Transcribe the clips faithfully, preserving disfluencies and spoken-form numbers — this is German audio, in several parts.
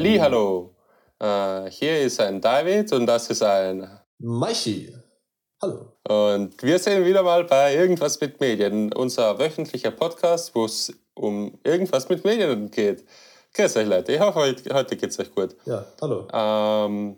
Hallihallo, äh, hier ist ein David und das ist ein Maichi. Hallo. Und wir sind wieder mal bei Irgendwas mit Medien, unser wöchentlicher Podcast, wo es um irgendwas mit Medien geht. Grüß euch Leute, ich hoffe, heute, heute geht es euch gut. Ja, hallo. Ähm,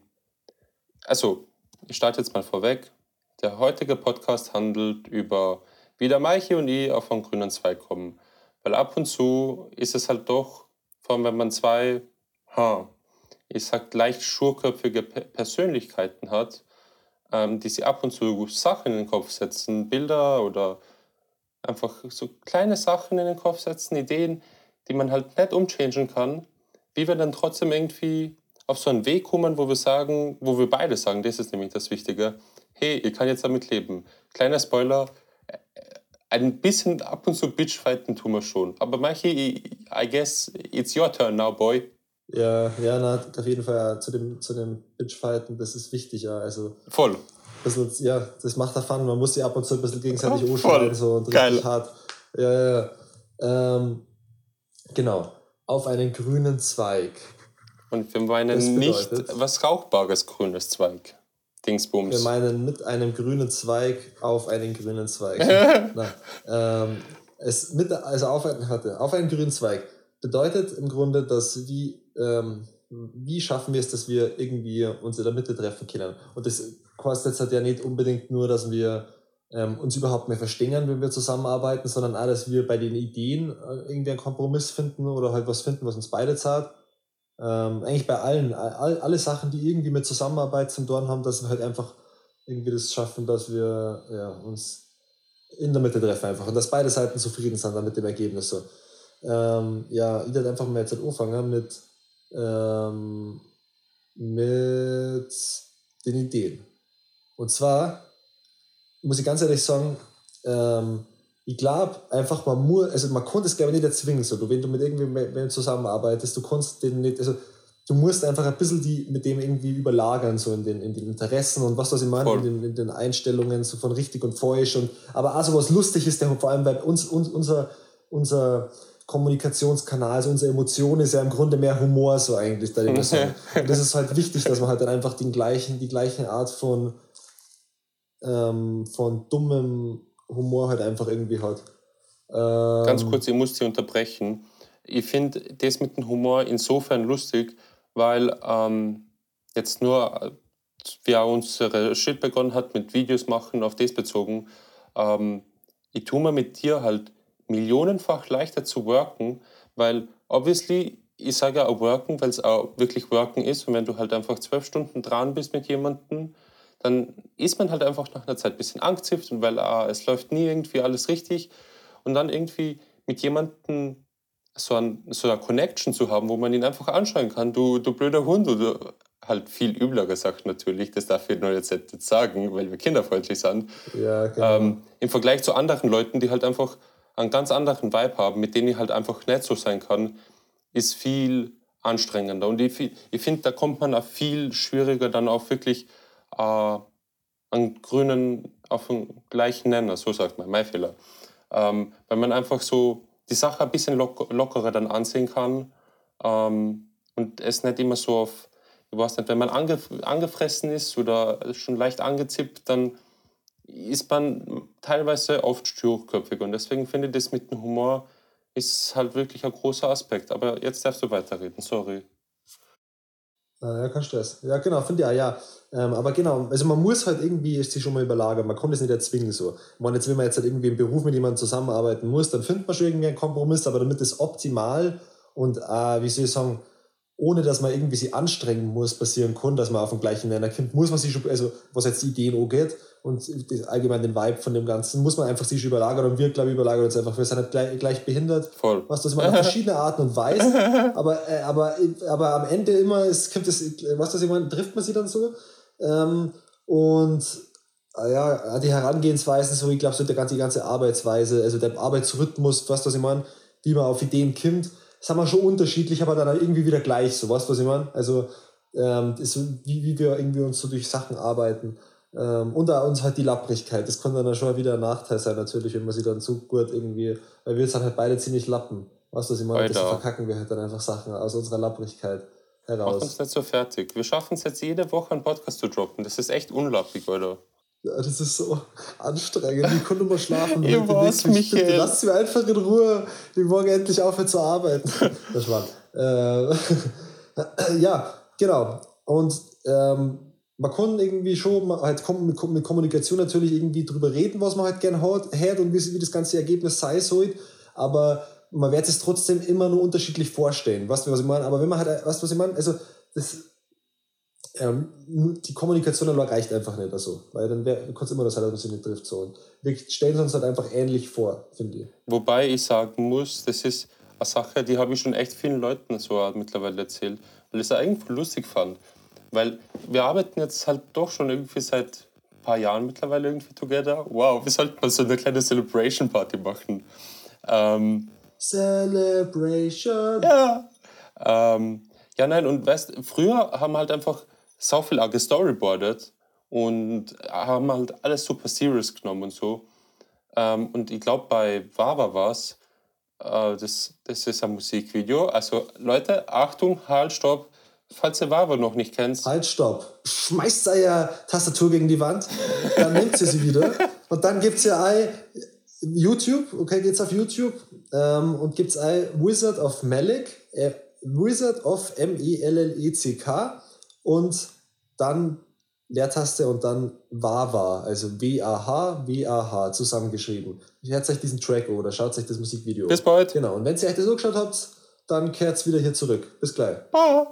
also, ich starte jetzt mal vorweg. Der heutige Podcast handelt über, wie der Maichi und ich auf einen grünen Zweig kommen. Weil ab und zu ist es halt doch, vor allem wenn man zwei, ha, ich sag leicht schurköpfige Pe- Persönlichkeiten hat, ähm, die sie ab und zu Sachen in den Kopf setzen, Bilder oder einfach so kleine Sachen in den Kopf setzen, Ideen, die man halt nicht umchangen kann, wie wir dann trotzdem irgendwie auf so einen Weg kommen, wo wir sagen, wo wir beide sagen, das ist nämlich das Wichtige, hey, ich kann jetzt damit leben. Kleiner Spoiler, äh, ein bisschen ab und zu bitchfighten tun wir schon. Aber Michi, I, I guess it's your turn now, boy. Ja, ja, na, auf jeden Fall ja, zu dem, zu dem Bitchfighten, das ist wichtig, ja. Also, Voll. bisschen, ja, das macht da Fun, man muss sich ab und zu ein bisschen gegenseitig Oh, anschreien, voll. so und Geil. richtig hart. Ja, ja, ja. Ähm, genau. Auf einen grünen Zweig. Und wir meinen Das nicht bedeutet- was Rauchbares grünes Zweig. Dingsbums. Wir meinen mit einem grünen Zweig auf einen grünen Zweig. Nein, ähm, es mit, also auf, ein, warte, auf einen grünen Zweig bedeutet im Grunde, dass wie, ähm, wie schaffen wir es, dass wir irgendwie uns in der Mitte treffen können. Und das kostet jetzt halt ja nicht unbedingt nur, dass wir ähm, uns überhaupt mehr verstehen, wenn wir zusammenarbeiten, sondern auch, dass wir bei den Ideen äh, irgendwie einen Kompromiss finden oder halt was finden, was uns beide zahlt. Ähm, eigentlich bei allen, all, alle Sachen, die irgendwie mit Zusammenarbeit zum Tun haben, dass wir halt einfach irgendwie das schaffen, dass wir ja, uns in der Mitte treffen einfach und dass beide Seiten zufrieden sind dann mit dem Ergebnis. So. Ähm, ja, ich werde einfach mal jetzt anfangen mit, ähm, mit den Ideen. Und zwar muss ich ganz ehrlich sagen, ähm, ich glaube einfach, man muss, also man kann das glaube ich nicht erzwingen. So. Du, wenn du mit irgendjemandem zusammenarbeitest, du kannst den nicht, also du musst einfach ein bisschen die mit dem irgendwie überlagern, so in den, in den Interessen und was, was ich meine, in den, in den Einstellungen so von richtig und falsch. Und, aber auch so was lustig ist, der, vor allem, weil uns, uns, unser, unser Kommunikationskanal, also unsere Emotion ist ja im Grunde mehr Humor, so eigentlich, da ich mal sagen. Und das ist halt wichtig, dass man halt dann einfach den gleichen, die gleiche Art von, ähm, von dummem Humor halt einfach irgendwie hat. Ähm, Ganz kurz, ich muss Sie unterbrechen. Ich finde das mit dem Humor insofern lustig, weil ähm, jetzt nur, äh, wie auch unsere Shit begonnen hat mit Videos machen, auf das bezogen, ähm, ich tue mir mit dir halt millionenfach leichter zu worken, weil obviously, ich sage ja auch worken, weil es auch wirklich worken ist und wenn du halt einfach zwölf Stunden dran bist mit jemandem, dann ist man halt einfach nach einer Zeit ein bisschen angezipft und weil ah, es läuft nie irgendwie alles richtig und dann irgendwie mit jemandem so, ein, so eine Connection zu haben, wo man ihn einfach anschauen kann, du, du blöder Hund oder halt viel übler gesagt natürlich, das darf ich nur jetzt nicht sagen, weil wir kinderfreundlich sind, ja, genau. ähm, im Vergleich zu anderen Leuten, die halt einfach einen ganz anderen Vibe haben, mit denen ich halt einfach nicht so sein kann, ist viel anstrengender. Und ich, ich finde, da kommt man auch viel schwieriger dann auch wirklich äh, einen grünen, auf den gleichen Nenner, so sagt man, mein Fehler. Ähm, weil man einfach so die Sache ein bisschen lock lockerer dann ansehen kann ähm, und es nicht immer so auf, ich weiß nicht, wenn man angef angefressen ist oder schon leicht angezippt, dann ist man teilweise oft sturköpfig und deswegen finde ich das mit dem Humor ist halt wirklich ein großer Aspekt. Aber jetzt darfst du weiterreden, sorry. Ah, ja, kein Stress. Ja, genau, finde ich auch, ja. Ähm, aber genau, also man muss halt irgendwie sich schon mal überlagern, man kann das nicht erzwingen so. Ich meine, jetzt, wenn man jetzt halt irgendwie im Beruf mit jemandem zusammenarbeiten muss, dann findet man schon irgendwie einen Kompromiss, aber damit das optimal und, äh, wie soll ich sagen, ohne dass man irgendwie sich anstrengen muss, passieren kann, dass man auf den gleichen Nenner kommt, muss man sich schon, also was jetzt die Ideen angeht und das, allgemein den Vibe von dem Ganzen, muss man einfach sich schon überlagern und wir, glaube ich, überlagern uns einfach, wir sind nicht gleich, gleich behindert, Voll. was das man auf verschiedene Arten und Weisen, aber, äh, aber, aber am Ende immer, es kommt das, was das ich meine, trifft man sie dann so ähm, und äh, ja, die Herangehensweisen, so ich glaube, so die ganze, die ganze Arbeitsweise, also der Arbeitsrhythmus, was das ich meine, wie man auf Ideen kommt, das haben wir schon unterschiedlich, aber dann irgendwie wieder gleich, so weißt du, was ich meine? Also, ähm, das ist, wie, wie wir irgendwie uns so durch Sachen arbeiten. Ähm, und auch uns halt die Lapprigkeit, das kann dann schon wieder ein Nachteil sein, natürlich, wenn man sie dann so gut irgendwie, weil wir sind halt beide ziemlich Lappen, weißt du, was ich meine? Das Alter. verkacken wir halt dann einfach Sachen aus unserer Lapprigkeit. heraus. Mach uns nicht so fertig. Wir schaffen es jetzt jede Woche einen Podcast zu droppen. Das ist echt unglaublich, oder? Ja, das ist so anstrengend. Ich konnte mal schlafen. Ich weiß, Michael. Lass mich einfach in Ruhe. Ich morgen endlich aufhören zu arbeiten. Das war. Äh, ja, genau. Und ähm, man kann irgendwie schon halt mit Kommunikation natürlich irgendwie drüber reden, was man halt gerne hat und wie, wie das ganze Ergebnis sein soll. Aber man wird es trotzdem immer nur unterschiedlich vorstellen. Weißt du, was ich meine? Aber wenn man halt, weißt du, was ich meine? Also, das, ähm, die Kommunikation allein reicht einfach nicht. Also, weil dann kann es immer das sein, dass man sich nicht trifft. So. Und wir stellen uns halt einfach ähnlich vor, finde ich. Wobei ich sagen muss, das ist eine Sache, die habe ich schon echt vielen Leuten so mittlerweile erzählt, weil ich es eigentlich lustig fand. Weil wir arbeiten jetzt halt doch schon irgendwie seit ein paar Jahren mittlerweile irgendwie together. Wow, wir sollten mal so eine kleine Celebration-Party machen. Ähm, Celebration! Ja. Ähm, ja, nein, und weißt, früher haben wir halt einfach so viel auch gestoryboardet und haben halt alles super serious genommen und so. Ähm, und ich glaube, bei Wawa war es, äh, das, das ist ein Musikvideo. Also Leute, Achtung, halt, stopp. Falls ihr Wawa noch nicht kennt. Halt, stopp. Schmeißt eure Tastatur gegen die Wand, dann nehmt ihr sie wieder und dann gibt es ja ein YouTube, okay, geht's auf YouTube ähm, und gibt's ein Wizard of Melick, äh, Wizard of M E L L E C K und dann Leertaste und dann Wawa, also W A H, W A H zusammengeschrieben. Hört euch diesen Track oder schaut euch das Musikvideo an. Bis bald. Genau, und wenn ihr euch das angeschaut habt, dann kehrt's wieder hier zurück. Bis gleich. Bye.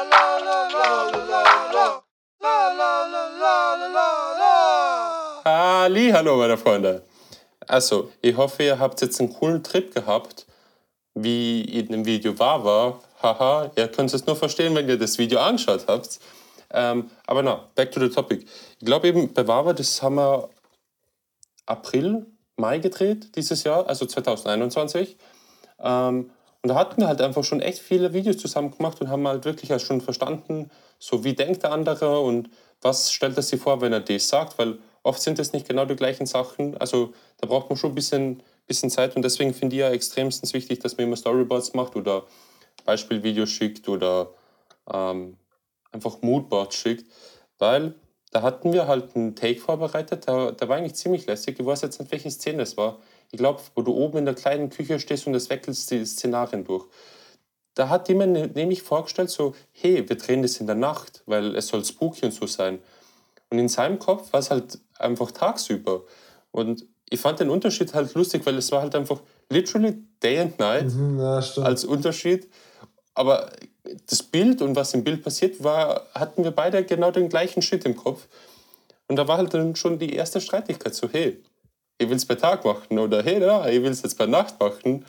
Halli, hallo meine Freunde. Also, ich hoffe, ihr habt jetzt einen coolen Trip gehabt, wie in dem Video Wawa. Haha, ihr könnt es nur verstehen, wenn ihr das Video angeschaut habt. Ähm, aber na, back to the topic. Ich glaube eben, bei Wawa, das haben wir April, Mai gedreht dieses Jahr, also zwanzig einundzwanzig. Ähm, Und da hatten wir halt einfach schon echt viele Videos zusammen gemacht und haben halt wirklich auch schon verstanden, so wie denkt der andere und was stellt er sich vor, wenn er das sagt, weil oft sind es nicht genau die gleichen Sachen. Also da braucht man schon ein bisschen, bisschen Zeit und deswegen finde ich ja extremstens wichtig, dass man immer Storyboards macht oder Beispielvideos schickt oder ähm, einfach Moodboards schickt, weil da hatten wir halt einen Take vorbereitet, der, der war eigentlich ziemlich lässig. Ich weiß jetzt nicht, welche Szene es war. Ich glaube, wo du oben in der kleinen Küche stehst und es wechselst die Szenarien durch. Da hat jemand nämlich vorgestellt, so, hey, wir drehen das in der Nacht, weil es soll spooky und so sein. Und in seinem Kopf war es halt einfach tagsüber. Und ich fand den Unterschied halt lustig, weil es war halt einfach literally day and night Mhm, ja, stimmt. als Unterschied. Aber das Bild und was im Bild passiert war, hatten wir beide genau den gleichen Shit im Kopf. Und da war halt dann schon die erste Streitigkeit so, hey, ich will es bei Tag machen oder hey, ja, ich will es jetzt bei Nacht machen.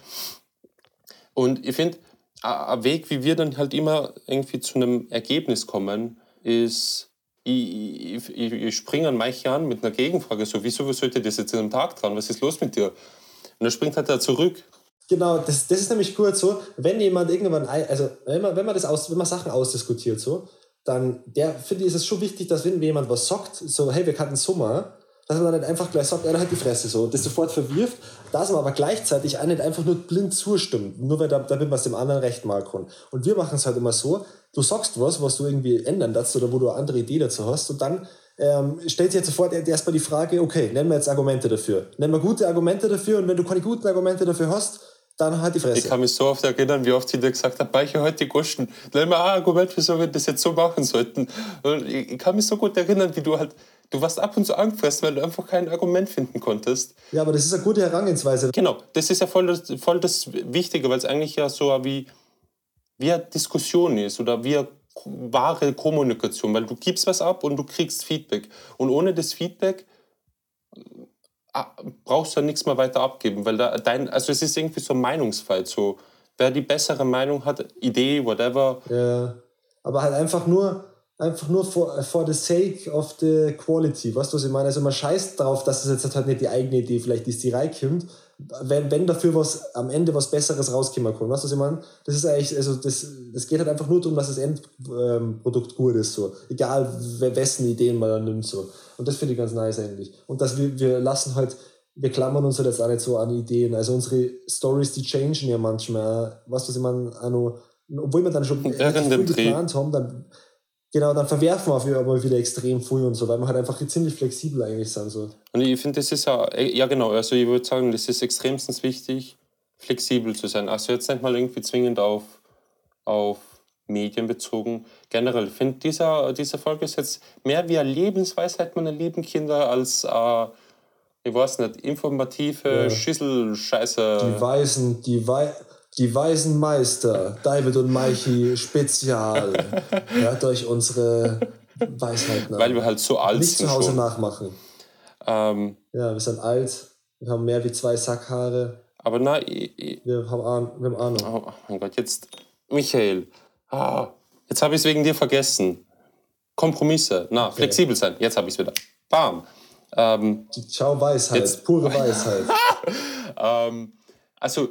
Und ich finde, ein Weg, wie wir dann halt immer irgendwie zu einem Ergebnis kommen, ist, ich, ich, ich springe an Mike an mit einer Gegenfrage, so, wieso sollte das jetzt in einem Tag dran, was ist los mit dir? Und er springt halt da zurück. Genau, das, das ist nämlich gut so, wenn jemand irgendwann, also wenn man, wenn man, das aus, wenn man Sachen ausdiskutiert, so, dann der, finde ich, ist es schon wichtig, dass wenn jemand was sagt, so, hey, wir kannten Sommer, dass man dann nicht einfach gleich sagt, er hat die Fresse so und das sofort verwirft, dass man aber gleichzeitig auch nicht einfach nur blind zustimmt, nur weil da, damit man es dem anderen recht machen kann. Und wir machen es halt immer so, du sagst was, was du irgendwie ändern darfst oder wo du eine andere Idee dazu hast und dann ähm, stellt sich jetzt sofort erstmal die Frage, okay, nennen wir jetzt Argumente dafür. Nennen wir gute Argumente dafür und wenn du keine guten Argumente dafür hast, dann halt die Fresse. Ich kann mich so oft erinnern, wie oft ich dir gesagt habe, Meiche, heute die Guschen. Nenn mir ein Argument, wieso wir das jetzt so machen sollten. Und ich kann mich so gut erinnern, wie du halt, du warst ab und zu angefressen, weil du einfach kein Argument finden konntest. Ja, aber das ist eine gute Herangehensweise. Genau, das ist ja voll das, voll das Wichtige, weil es eigentlich ja so wie, wie eine Diskussion ist oder wie eine wahre Kommunikation, weil du gibst was ab und du kriegst Feedback. Und ohne das Feedback brauchst du ja nichts mehr weiter abgeben, weil da dein, also es ist irgendwie so ein Meinungsfight, so wer die bessere Meinung hat, Idee, whatever. Ja, aber halt einfach nur, einfach nur for, for the sake of the quality, weißt du, was ich meine? Also man scheißt drauf, dass es jetzt halt nicht die eigene Idee vielleicht ist, die reinkommt, wenn, wenn dafür was am Ende was Besseres rauskommen kann, weißt du, was ich meine? Das ist eigentlich, also das, das geht halt einfach nur darum, dass das Endprodukt gut ist, so. Egal, wessen Ideen man dann nimmt, so. Und das finde ich ganz nice eigentlich. Und dass wir, wir lassen halt, wir klammern uns halt jetzt auch nicht so an Ideen. Also unsere Stories, die changen ja manchmal. Weißt du, was ich meine? Auch noch, Und obwohl wir dann schon Während dem viel Dreh. geplant haben, dann, genau, dann verwerfen wir auf einmal wieder extrem viel und so, weil wir halt einfach ziemlich flexibel eigentlich sind. So. Und ich finde, das ist ja, ja genau, also ich würde sagen, das ist extremstens wichtig, flexibel zu sein. Also jetzt nicht mal irgendwie zwingend auf, auf Medien bezogen. Generell, ich finde, dieser, diese Folge ist jetzt mehr wie eine Lebensweisheit meiner lieben Kinder als, äh, ich weiß nicht, informative Ja. Schüssel-Scheiße. Die Weisen, die, Wei die Weisen Meister, David und Mikey Spezial. Hört euch unsere Weisheiten an. Weil wir halt so alt Nicht sind zu Hause schon. nachmachen. Ähm, Ja, wir sind alt, wir haben mehr wie zwei Sackhaare. aber nein, ich, ich, Wir haben, Ahn wir haben Ahnung. oh, oh mein Gott, jetzt, Michael, ah, jetzt habe ich es wegen dir vergessen. Kompromisse, na, Okay. flexibel sein, jetzt habe ich es wieder. Bam. Ähm, Die Ciao Weisheit, Jetzt- pure Weisheit. ähm, also,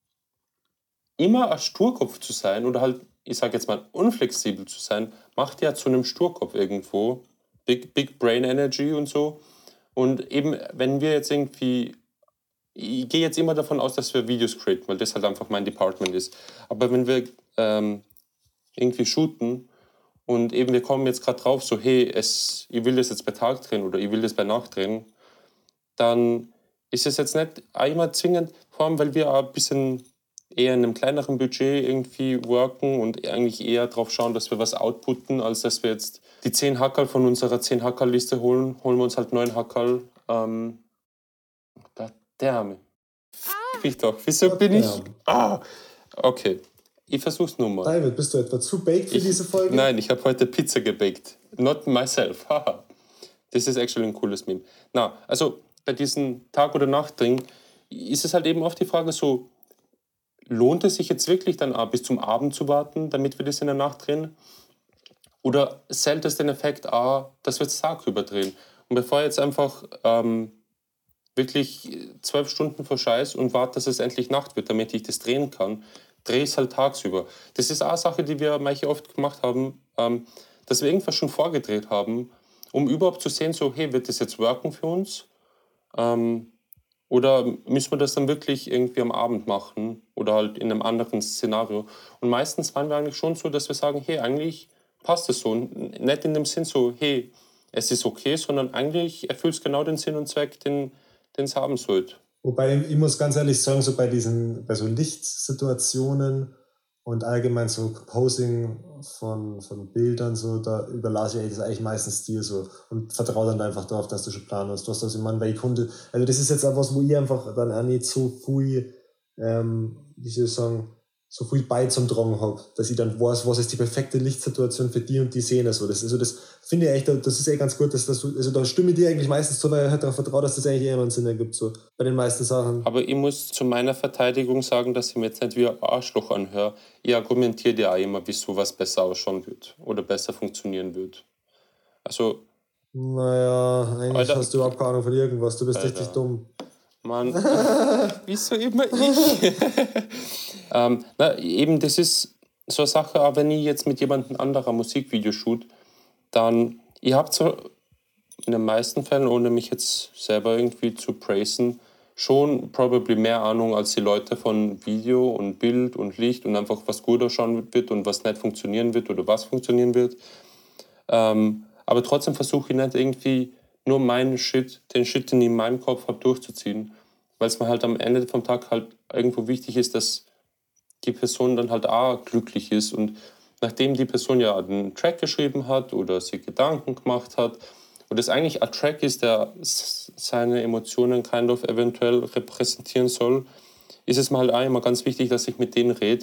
immer ein Sturkopf zu sein oder halt, ich sage jetzt mal, unflexibel zu sein, macht ja zu einem Sturkopf irgendwo. Big, Big Brain Energy und so. Und eben, wenn wir jetzt irgendwie, ich gehe jetzt immer davon aus, dass wir Videos createn, weil das halt einfach mein Department ist. Aber wenn wir ähm, irgendwie shooten und eben wir kommen jetzt gerade drauf, so hey, es, ich will das jetzt bei Tag drehen oder ich will das bei Nacht drehen, dann ist es jetzt nicht immer zwingend, vor allem weil wir auch ein bisschen eher in einem kleineren Budget irgendwie worken und eigentlich eher darauf schauen, dass wir was outputten, als dass wir jetzt die zehn Hackerl von unserer zehn Hackerl Liste holen, holen wir uns halt neun Hackerl. Ähm, da, damn. F mich doch. Wieso bin ich? Damn. Ah, okay. Ich versuch's nur mal. David, bist du etwa zu baked für Ich- diese Folge? Nein, ich habe heute Pizza gebackt. Not myself. Haha. Das ist actually ein cooles Meme. Na, also bei diesem Tag- oder Nacht-Ding ist es halt eben oft die Frage so, lohnt es sich jetzt wirklich dann auch bis zum Abend zu warten, damit wir das in der Nacht drehen? Oder zählt es den Effekt auch, dass wir jetzt tagsüber drehen? Und bevor ich jetzt einfach ähm, wirklich zwölf Stunden verscheiß und warte, dass es endlich Nacht wird, damit ich das drehen kann, drehe ich es halt tagsüber. Das ist auch eine Sache, die wir manche oft gemacht haben, ähm, dass wir irgendwas schon vorgedreht haben, um überhaupt zu sehen, so, hey, wird das jetzt worken für uns? Ähm, oder müssen wir das dann wirklich irgendwie am Abend machen oder halt in einem anderen Szenario? Und meistens waren wir eigentlich schon so, dass wir sagen, hey, eigentlich passt es so. Und nicht in dem Sinn so, hey, es ist okay, sondern eigentlich erfüllt es genau den Sinn und Zweck, den den es haben sollte. Wobei, ich muss ganz ehrlich sagen, so bei diesen, bei so Lichtsituationen und allgemein so Posing von, von Bildern, so, da überlasse ich das eigentlich meistens dir so und vertraue dann einfach darauf, dass du schon Plan hast. Du hast das ich meine, weil ich konnte, also das ist jetzt auch was, wo ich einfach dann auch nicht so viel, ähm, wie soll ich sagen, so viel bei zum Tragen habe, dass ich dann weiß, was ist die perfekte Lichtsituation für die und die Szene. So. Das, also das finde ich echt, das ist echt ganz gut, dass, dass du, also da stimme ich dir eigentlich meistens zu, weil ich halt darauf vertraue, dass das eigentlich immer einen Sinn ergibt, so bei den meisten Sachen. Aber ich muss zu meiner Verteidigung sagen, dass ich mir jetzt nicht wie ein Arschloch anhöre. Ich argumentiere ja auch immer, wieso was besser ausschauen wird oder besser funktionieren wird. Also, Naja, eigentlich Alter, hast du überhaupt keine Ahnung von irgendwas, du bist Alter. richtig dumm. Mann, wieso immer ich? ähm, na, eben, das ist so eine Sache, auch wenn ich jetzt mit jemandem anderer Musikvideo shoot, dann, ihr habt so in den meisten Fällen, ohne mich jetzt selber irgendwie zu praisen, schon probably mehr Ahnung als die Leute von Video und Bild und Licht und einfach was gut ausschauen wird und was nicht funktionieren wird oder was funktionieren wird. Ähm, aber trotzdem versuche ich nicht irgendwie nur meinen Shit, den Shit, den ich in meinem Kopf habe, durchzuziehen. Weil es mir halt am Ende vom Tag halt irgendwo wichtig ist, dass die Person dann halt auch glücklich ist. Und nachdem die Person ja einen Track geschrieben hat oder sich Gedanken gemacht hat und es eigentlich ein Track ist, der s- seine Emotionen kind of eventuell repräsentieren soll, ist es mir halt auch immer ganz wichtig, dass ich mit denen rede.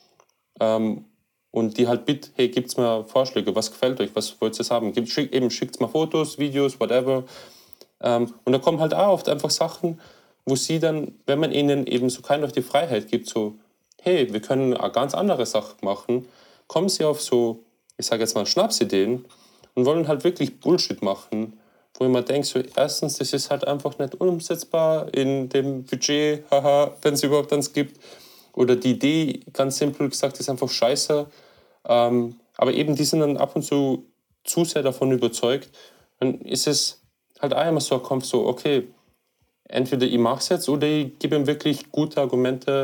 Ähm, und die halt bitte, hey, gibt's mir Vorschläge, was gefällt euch, was wollt ihr haben? Gibt, schick, eben, schickt mir Fotos, Videos, whatever. Ähm, und da kommen halt auch oft einfach Sachen, wo sie dann, wenn man ihnen eben so kind of die Freiheit gibt, so, hey, wir können eine ganz andere Sache machen, kommen sie auf so, ich sage jetzt mal, Schnapsideen und wollen halt wirklich Bullshit machen, wo ich mir denke, so, erstens, das ist halt einfach nicht umsetzbar in dem Budget, haha, wenn es überhaupt eins gibt. Oder die Idee, ganz simpel gesagt, ist einfach scheiße. Ähm, aber eben, die sind dann ab und zu zu sehr davon überzeugt. Dann ist es halt auch immer so ein Kampf, so, okay, entweder ich mache es jetzt oder ich gebe ihm wirklich gute Argumente,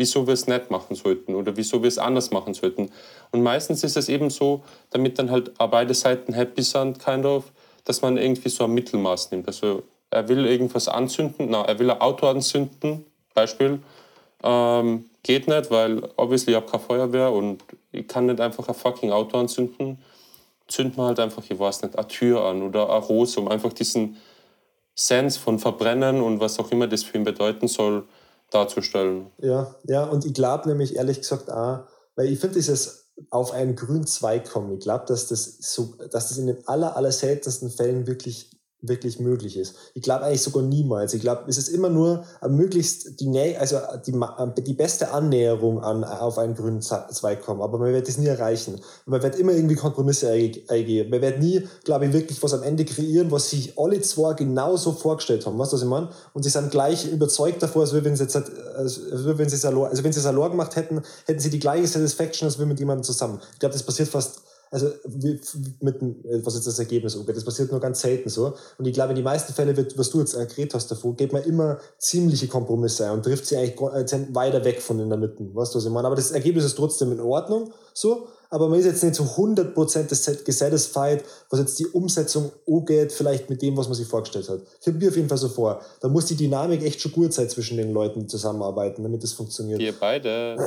wieso wir es nicht machen sollten oder wieso wir es anders machen sollten. Und meistens ist es eben so, damit dann halt auch beide Seiten happy sind, kind of, dass man irgendwie so ein Mittelmaß nimmt. Also er will irgendwas anzünden, na, er will ein Auto anzünden, Beispiel. Ähm, geht nicht, weil obviously ich habe keine Feuerwehr und ich kann nicht einfach ein fucking Auto anzünden. Zünden wir halt einfach, ich weiß nicht, eine Tür an oder eine Rose, um einfach diesen Sense von Verbrennen und was auch immer das für ihn bedeuten soll, darzustellen. Ja, ja, und ich glaube nämlich ehrlich gesagt auch, weil ich finde dieses auf einen grünen Zweig kommen, ich glaube, dass das so, dass das in den aller, aller seltensten Fällen wirklich, wirklich möglich ist. Ich glaube eigentlich sogar niemals. Ich glaube, es ist immer nur äh, möglichst die Nähe, also die, ma- die beste Annäherung an auf einen grünen Ze- Zweig kommen. Aber man wird das nie erreichen. Man wird immer irgendwie Kompromisse einge- eingehen. Man wird nie, glaube ich, wirklich was am Ende kreieren, was sich alle zwei genauso vorgestellt haben. Weißt du, was ich meine? Und sie sind gleich überzeugt davor, als wenn sie jetzt, halt, als wenn sie es allein, also wenn sie es allein gemacht hätten, hätten sie die gleiche Satisfaction, als wenn mit jemandem zusammen. Ich glaube, das passiert fast, also wie- mit dem, was jetzt das Ergebnis angeht, das passiert nur ganz selten so. Und ich glaube, in die meisten Fälle wird, was du jetzt geredet hast davor, geht man immer ziemliche Kompromisse ein und trifft sie eigentlich gro- äh, weiter weg von in der Mitte. Weißt du, was ich meine? Aber das Ergebnis ist trotzdem in Ordnung, so. Aber man ist jetzt nicht zu hundert Prozent gesatisfied, was jetzt die Umsetzung angeht, vielleicht mit dem, was man sich vorgestellt hat. Ich habe mir auf jeden Fall so vor. Da muss die Dynamik echt schon gut sein zwischen den Leuten, die zusammenarbeiten, damit das funktioniert. Wir beide.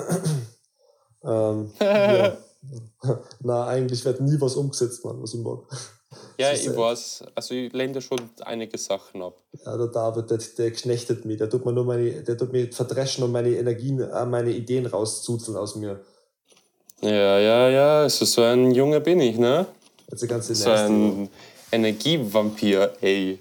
Ähm, ja. Na, eigentlich wird nie was umgesetzt, Mann, was ich mag. Ja, So ich sad. weiß, also ich lehne da schon einige Sachen ab. Ja, der David, der, der knechtet mich, der tut mir nur meine, der tut mich verdreschen und meine Energien, äh, meine Ideen rauszuzeln aus mir. Ja, ja, ja, also so ein Junge bin ich, ne? Jetzt der ganze So Nasty. ein Energievampir, ey.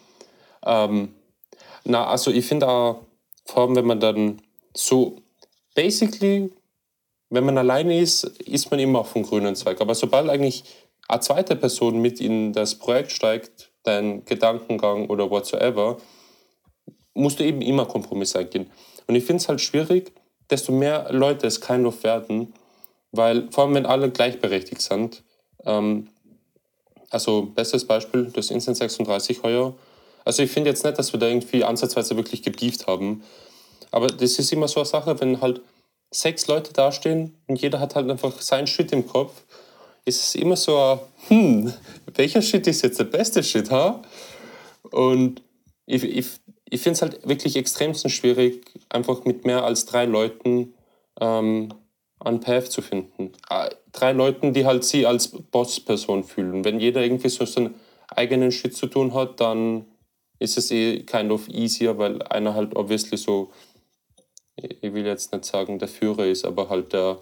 Ähm, na, also ich finde auch, vor allem wenn man dann so, basically, wenn man alleine ist, ist man immer auf dem grünen Zweig. Aber sobald eigentlich eine zweite Person mit in das Projekt steigt, dein Gedankengang oder whatsoever, musst du eben immer Kompromisse eingehen. Und ich finde es halt schwierig, desto mehr Leute es kind of werden, weil vor allem wenn alle gleichberechtigt sind, ähm, also bestes Beispiel, das Instant sechsunddreißig heuer. Also ich finde jetzt nicht, dass wir da irgendwie ansatzweise wirklich gebieft haben, aber das ist immer so eine Sache, wenn halt sechs Leute dastehen und jeder hat halt einfach seinen Shit im Kopf, ist es immer so ein, hm, welcher Shit ist jetzt der beste Shit, ha? Und ich, ich, ich finde es halt wirklich extremstens schwierig, einfach mit mehr als drei Leuten ähm, einen Path zu finden. Äh, drei Leuten, die halt sie als Bossperson fühlen. Wenn jeder irgendwie so seinen eigenen Shit zu tun hat, dann ist es eh kind of easier, weil einer halt obviously so, ich will jetzt nicht sagen, der Führer ist, aber halt der,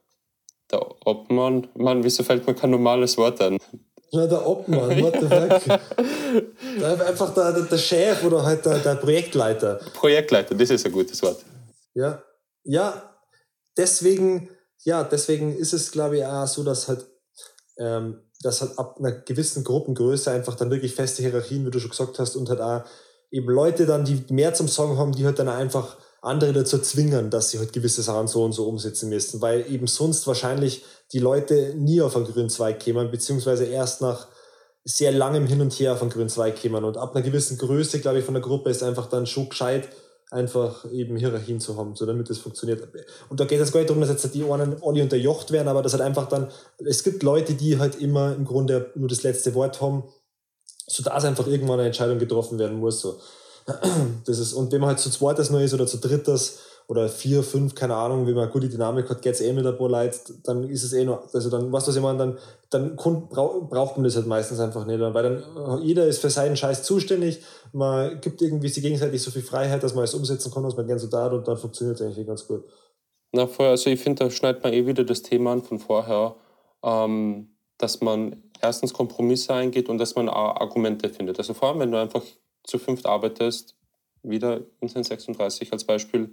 der Obmann. Mann, wieso fällt mir kein normales Wort an? Ja, der Obmann, what the fuck? Der, einfach der, der, der Chef oder halt der, der Projektleiter. Projektleiter, das ist ein gutes Wort. Ja, ja, deswegen, ja, deswegen ist es, glaube ich, auch so, dass halt, ähm, dass halt ab einer gewissen Gruppengröße einfach dann wirklich feste Hierarchien, wie du schon gesagt hast, und halt auch eben Leute dann, die mehr zum Sagen haben, die halt dann einfach andere dazu zwingen, dass sie halt gewisse Sachen so und so umsetzen müssen, weil eben sonst wahrscheinlich die Leute nie auf einen grünen Zweig kämen, beziehungsweise erst nach sehr langem Hin und Her auf einen grünen Zweig kämen. Und ab einer gewissen Größe, glaube ich, von der Gruppe ist einfach dann schon gescheit, einfach eben Hierarchien zu haben, so damit das funktioniert. Und da geht es gar nicht darum, dass jetzt die einen alle unterjocht werden, aber dass halt einfach dann, es gibt Leute, die halt immer im Grunde nur das letzte Wort haben, sodass einfach irgendwann eine Entscheidung getroffen werden muss. So. Das ist, und wenn man halt zu zweites noch ist oder zu drittes oder vier, fünf, keine Ahnung, wenn man eine gute Dynamik hat, geht es eh mit ein paar Leute, dann ist es eh noch, also dann, weißt du, was ich meine, dann, dann braucht man das halt meistens einfach nicht, weil dann jeder ist für seinen Scheiß zuständig, man gibt irgendwie sich gegenseitig so viel Freiheit, dass man es umsetzen kann, was man gerne so tat, und dann funktioniert es eigentlich ganz gut. Na, voll, also ich finde, da schneidet man eh wieder das Thema an von vorher, ähm, dass man erstens Kompromisse eingeht und dass man auch Argumente findet. Also vor allem, wenn du einfach zu fünft arbeitest, wieder Instant sechsunddreißig als Beispiel,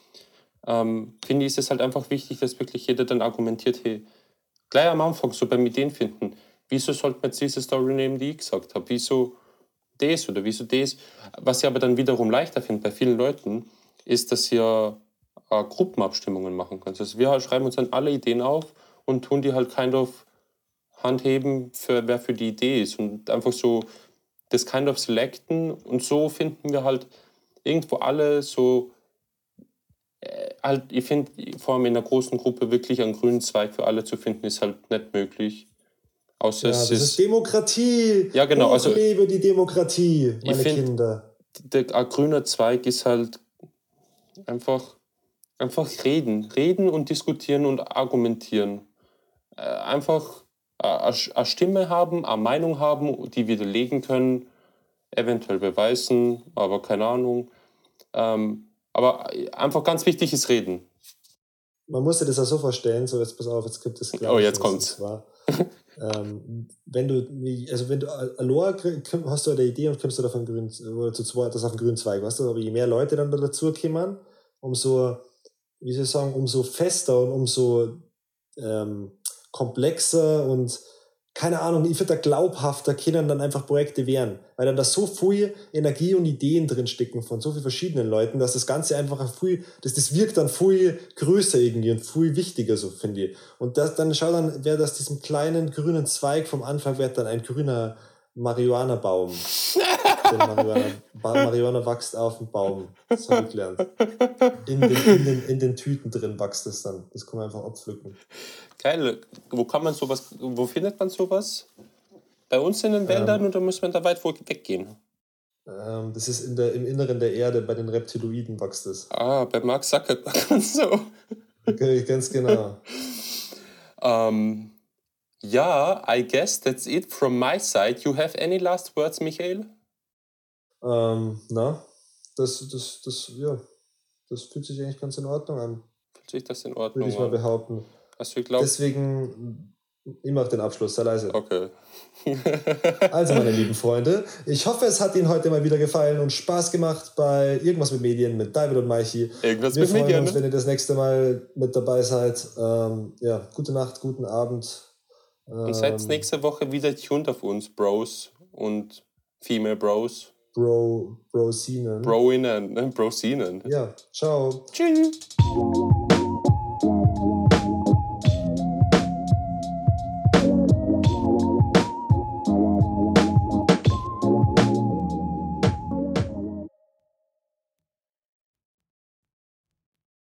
ähm, finde ich, ist es halt einfach wichtig, dass wirklich jeder dann argumentiert, hey, gleich am Anfang, so beim Ideen finden, wieso sollte man jetzt diese Story nehmen, die ich gesagt habe, wieso das oder wieso das. Was ich aber dann wiederum leichter finde bei vielen Leuten, ist, dass ihr äh, Gruppenabstimmungen machen könnt. Also wir schreiben uns dann alle Ideen auf und tun die halt kind of handheben, für, wer für die Idee ist und einfach so das kind of selecten, und so finden wir halt irgendwo alle so äh, halt, ich finde, vor allem in einer großen Gruppe wirklich einen grünen Zweig für alle zu finden, ist halt nicht möglich. Außer Ja, es das ist ist, Demokratie. ja genau, Hoch also lebe die Demokratie, ich meine finde, Kinder. der ein grüner Zweig ist halt einfach, einfach reden. Reden und diskutieren und argumentieren. Äh, einfach äh, eine eine Stimme haben, eine Meinung haben, die widerlegen können, eventuell beweisen, aber keine Ahnung. Ähm, aber einfach ganz wichtig ist Reden. Man muss sich das auch so vorstellen, so jetzt pass auf, jetzt gibt es Oh, jetzt Gleichnis, und kommt's. zwar, ähm, wenn du, also wenn du allein hast du eine Idee und kommst du auf einen grünen, oder zu zweit, das auf einen grünen Zweig, weißt du, aber je mehr Leute dann da dazu kommen, umso, wie soll ich sagen, umso fester und umso ähm, komplexer und keine Ahnung, ich finde da glaubhafter können dann einfach Projekte werden, weil dann da so viel Energie und Ideen drin stecken von so vielen verschiedenen Leuten, dass das Ganze einfach viel, das, das wirkt dann viel größer irgendwie und viel wichtiger, so finde ich. Und das, dann schau dann, wer das diesem kleinen grünen Zweig vom Anfang wird dann ein grüner Marihuana-Baum. Denn Marihuana, Marihuana wächst auf dem Baum. Das habe ich gelernt. In den, in, den, in den Tüten drin wächst das dann. Das kann man einfach abpflücken. Geil. Wo kann man sowas, wo findet man sowas? Bei uns in den Wäldern Ähm, oder muss man da weit weggehen? Ähm, das ist in der, im Inneren der Erde, bei den Reptiloiden wächst das. Ah, bei Mark Zuckerberg und so. Okay, ganz genau. Um, ja, I guess that's it from my side. You have any last words, Michael? Ähm, na, das, das, das, ja, das fühlt sich eigentlich ganz in Ordnung an. Fühlt sich das in Würde Ordnung ich mal an? behaupten. Also ich glaube... Deswegen, ich mache den Abschluss, sei leise. Okay. Also, meine lieben Freunde, ich hoffe, es hat Ihnen heute mal wieder gefallen und Spaß gemacht bei Irgendwas mit Medien mit David und Maichi. Irgendwas Wir mit freuen Medien, uns, ne? wenn ihr das nächste Mal mit dabei seid. Ähm, ja, gute Nacht, guten Abend. Und seid Ähm, nächste Woche wieder tuned auf uns, Bros und Female Bros. Bro, Brosinen. Broinen, ne? Brosinen. Ja, ciao. Tschüss.